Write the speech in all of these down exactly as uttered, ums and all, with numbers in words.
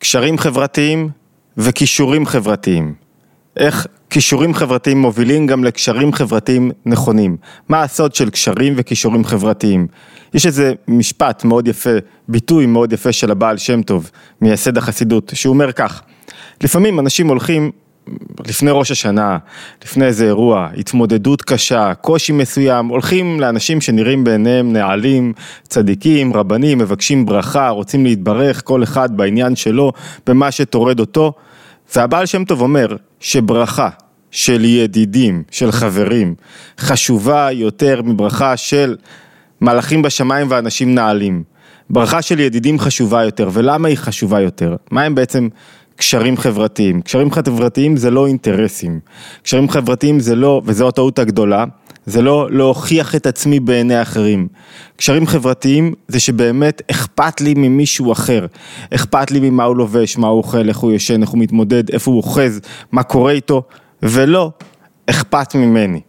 קשרים חברתיים וכישורים חברתיים. איך כישורים חברתיים מובילים גם לקשרים חברתיים נכונים. מה הסוד של קשרים וכישורים חברתיים? יש איזה משפט מאוד יפה, ביטוי מאוד יפה של הבעל שם טוב, מייסד החסידות, שהוא אומר כך: לפעמים אנשים הולכים לפני ראש השנה, לפני איזה אירוע, התמודדות קשה, קושי מסוים, הולכים לאנשים שנראים בעיניהם נעלים, צדיקים, רבנים, מבקשים ברכה, רוצים להתברך, כל אחד בעניין שלו, במה שתורד אותו. והבעל שם טוב אומר שברכה של ידידים, של חברים, חשובה יותר מברכה של מלאכים בשמיים ואנשים נעלים. ברכה של ידידים חשובה יותר, ולמה היא חשובה יותר? מה הם בעצם קשרים חברתיים? קשרים חברתיים זה לא אינטרסים. קשרים חברתיים זה לא, וזו הטעות הגדולה, זה לא להוכיח את עצמי בעיני אחרים. קשרים חברתיים זה שבאמת אכפת לי ממישהו אחר. אכפת לי ממה הוא לובש, מה הוא אוכל, איך הוא ישן, איך הוא מתמודד, איפה הוא אוחז, מה קורה איתו, ולא אכפת ממני.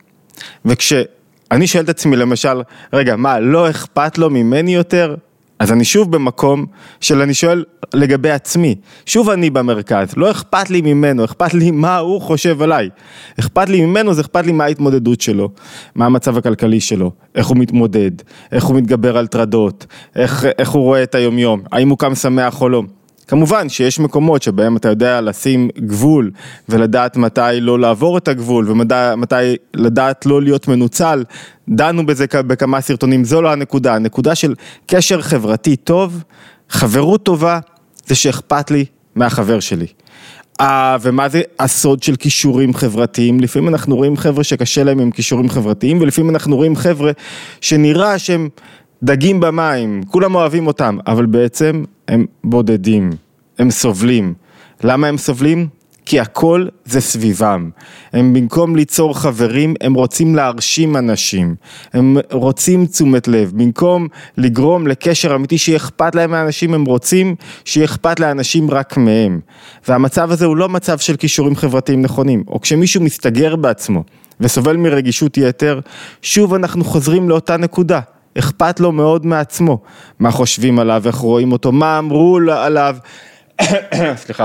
וכשאני שואל את עצמי למשל, רגע, מה, לא אכפת לו ממני יותר? אז אני שוב במקום של אני שואל לגבי עצמי, שוב אני במרכז, לא אכפת לי ממנו, אכפת לי מה הוא חושב עליי, אכפת לי ממנו, זה אכפת לי מה ההתמודדות שלו, מה המצב הכלכלי שלו, איך הוא מתמודד, איך הוא מתגבר על טרדות, איך, איך הוא רואה את היום יום, האם הוא קם שמח או לא. כמובן שיש מקומות שבהם אתה יודע לשים גבול ולדעת מתי לא לעבור את הגבול ומתי לדעת לא להיות מנוצל. דנו בזה בכמה סרטונים, זו לא הנקודה. הנקודה של קשר חברתי טוב, חברות טובה, זה שאכפת לי מהחבר שלי. אה, ומה זה הסוד של כישורים חברתיים? לפעמים אנחנו רואים חבר'ה שקשה להם עם כישורים חברתיים, ולפעמים אנחנו רואים חבר'ה שנראה שהם דגים במים, כולם אוהבים אותם, אבל בעצם הם בודדים, הם סובלים. למה הם סובלים? כי הכל זה סביבם. הם במקום ליצור חברים, הם רוצים להרשים אנשים. הם רוצים תשומת לב. במקום לגרום לקשר אמיתי שיהיה אכפת להם מהאנשים, הם רוצים שיהיה אכפת לאנשים רק מהם. והמצב הזה הוא לא מצב של כישורים חברתיים נכונים. או כשמישהו מסתגר בעצמו וסובל מרגישות יתר, שוב אנחנו חוזרים לאותה נקודה. אכפת לו מאוד מעצמו, מה חושבים עליו, איך רואים אותו, מה אמרו עליו, סליחה,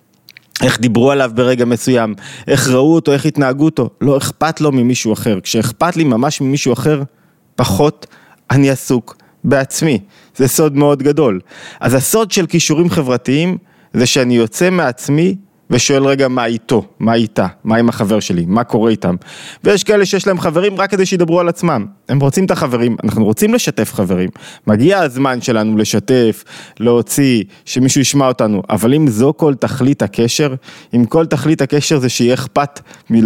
איך דיברו עליו ברגע מסוים, איך ראו אותו, איך התנהגו אותו, לא אכפת לו ממישהו אחר. כשאכפת לי ממש ממישהו אחר, פחות אני עסוק בעצמי. זה סוד מאוד גדול. אז הסוד של כישורים חברתיים, זה שאני יוצא מעצמי, ושואל רגע מה איתו, מה איתה, מה עם החבר שלי, מה קורה איתם. ויש כאלה שיש להם חברים רק כדי שידברו על עצמם. הם רוצים את החברים, אנחנו רוצים לשתף חברים. מגיע הזמן שלנו לשתף, להוציא, שמישהו ישמע אותנו. אבל אם זו כל תכלית הקשר, אם כל תכלית הקשר זה שיהיה אכפת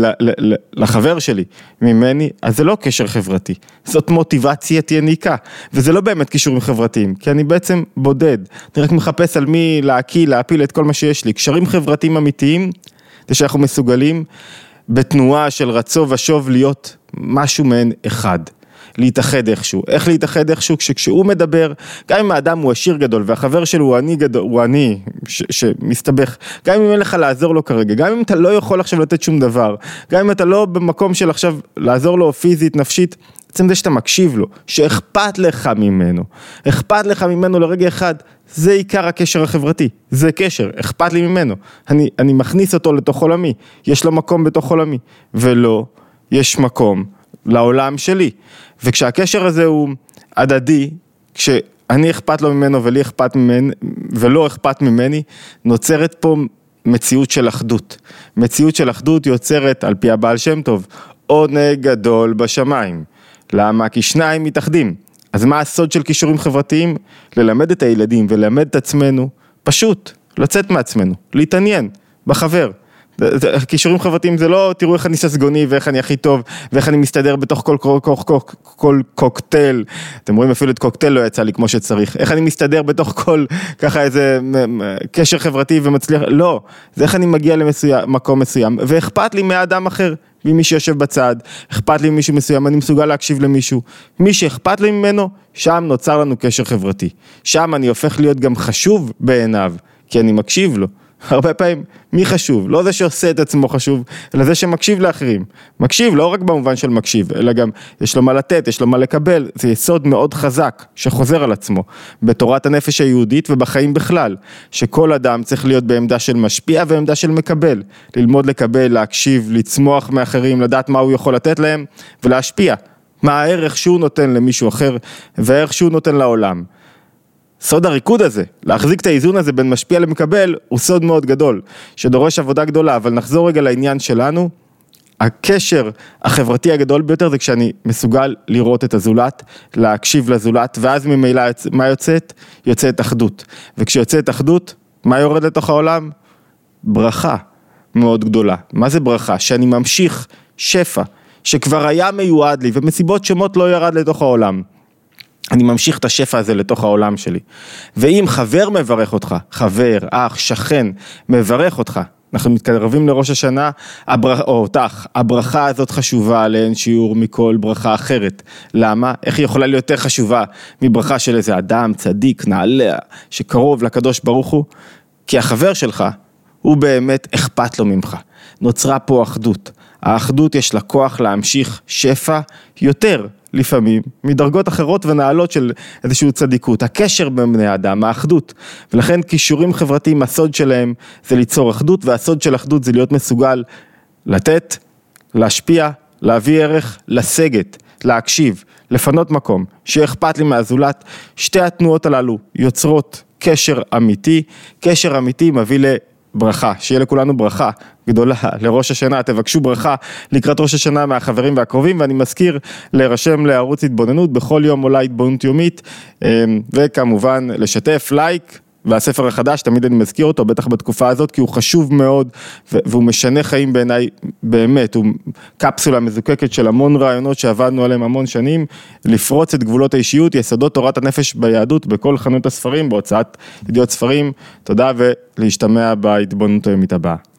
לחבר שלי, ממני, אז זה לא קשר חברתי. זאת מוטיבציית יניקה. וזה לא באמת קישורים חברתיים, כי אני בעצם בודד. אני רק מחפש על מי להקיל, להפיל את כל מה שיש לי. קשרים חברתיים אמיתיים, זה שאנחנו מסוגלים בתנועה של רצו ושוב להיות משהו מעין אחד, להתאחד איכשהו. איך להתאחד איכשהו? כשהוא מדבר, גם אם האדם הוא עשיר גדול והחבר שלו הוא אני גדול, הוא אני ש, שמסתבך, גם אם אין לך לעזור לו כרגע, גם אם אתה לא יכול עכשיו לתת שום דבר, גם אם אתה לא במקום של עכשיו לעזור לו פיזית, נפשית, בעצם זה שאתה מקשיב לו, שאכפת לך ממנו, אכפת לך ממנו לרגע אחד, זה עיקר הקשר החברתי, זה קשר, אכפת לי ממנו, אני, אני מכניס אותו לתוך עולמי, יש לו מקום בתוך עולמי, ולא, יש מקום לעולם שלי, וכשהקשר הזה הוא הדדי, כשאני אכפת לו ממנו ולי אכפת ממני, ולא אכפת ממני, נוצרת פה מציאות של אחדות, מציאות של אחדות יוצרת על פי הבעל שם טוב, עונג גדול בשמיים, למה? כי שניים מתאחדים. אז מה הסוד של כישורים חברתיים? ללמד את הילדים וללמד את עצמנו, פשוט, לצאת מעצמנו, להתעניין בחבר. כישורים חברתיים זה לא, תראו איך אני ססגוני ואיך אני הכי טוב, ואיך אני מסתדר בתוך כל, כל, כל, כל, כל קוקטייל. אתם רואים אפילו את קוקטייל לא יצא לי כמו שצריך. איך אני מסתדר בתוך כל, ככה איזה קשר חברתי ומצליח, לא. זה איך אני מגיע למקום מסוים, ואכפת לי מהאדם אחר. ממי שיושב בצד, אכפת לי ממישהו מסוים, אני מסוגל להקשיב למישהו, מי שאכפת לי ממנו, שם נוצר לנו קשר חברתי, שם אני הופך להיות גם חשוב בעיניו, כי אני מקשיב לו, הרבה פעמים, מי חשוב? לא זה שעושה את עצמו חשוב, אלא זה שמקשיב לאחרים. מקשיב, לא רק במובן של מקשיב, אלא גם יש לו מה לתת, יש לו מה לקבל. זה יסוד מאוד חזק שחוזר על עצמו, בתורת הנפש היהודית ובחיים בכלל, שכל אדם צריך להיות בעמדה של משפיע ועמדה של מקבל. ללמוד לקבל, להקשיב, לצמוח מאחרים, לדעת מה הוא יכול לתת להם ולהשפיע. מה הערך שהוא נותן למישהו אחר והערך שהוא נותן לעולם. סוד הריקוד הזה, להחזיק את האיזון הזה בין משפיע למקבל, הוא סוד מאוד גדול, שדורש עבודה גדולה, אבל נחזור רגע לעניין שלנו, הקשר החברתי הגדול ביותר זה כשאני מסוגל לראות את הזולת, להקשיב לזולת, ואז ממילא מה יוצאת? יוצאת אחדות. וכשיוצאת אחדות, מה יורד לתוך העולם? ברכה מאוד גדולה. מה זה ברכה? שאני ממשיך שפע, שכבר היה מיועד לי, ומסיבות שמות לא ירד לתוך העולם. אני ממשיך את השפע הזה לתוך העולם שלי. ואם חבר מברך אותך, חבר, אח, שכן, מברך אותך, אנחנו מתקרבים לראש השנה, הברכה, או אותך, הברכה הזאת חשובה לאין שיעור מכל ברכה אחרת. למה? איך היא יכולה להיות יותר חשובה מברכה של איזה אדם, צדיק, נעלה, שקרוב לקדוש ברוך הוא? כי החבר שלך, הוא באמת אכפת לו ממך. נוצרה פה אחדות. האחדות יש לה כוח להמשיך שפע יותר, לפעמים, מדרגות אחרות ונעלות של איזשהו צדיקות. הקשר בין בני האדם, האחדות. ולכן קישורים חברתיים, הסוד שלהם זה ליצור אחדות, והסוד של אחדות זה להיות מסוגל לתת, להשפיע, להביא ערך, לסגת, להקשיב, לפנות מקום, שאכפת לי מהזולת. שתי התנועות הללו יוצרות קשר אמיתי, קשר אמיתי מביא לברכה, שיהיה לכולנו ברכה גדולה לראש השנה, תבקשו ברכה לקראת ראש השנה מהחברים והקרובים, ואני מזכיר להירשם לערוץ התבוננות, בכל יום עולה התבוננות יומית, וכמובן לשתף לייק, והספר החדש, תמיד אני מזכיר אותו, בטח בתקופה הזאת, כי הוא חשוב מאוד, והוא משנה חיים בעיניי, באמת, הוא קפסולה מזוקקת של המון רעיונות שעבדנו עליהם המון שנים, לפרוץ את גבולות האישיות, יסודות תורת הנפש ביהדות, בכל חנות הספרים, בהוצאת ידיעות ספרים. תודה ולהשתמע בהתבוננות היומית הבאה.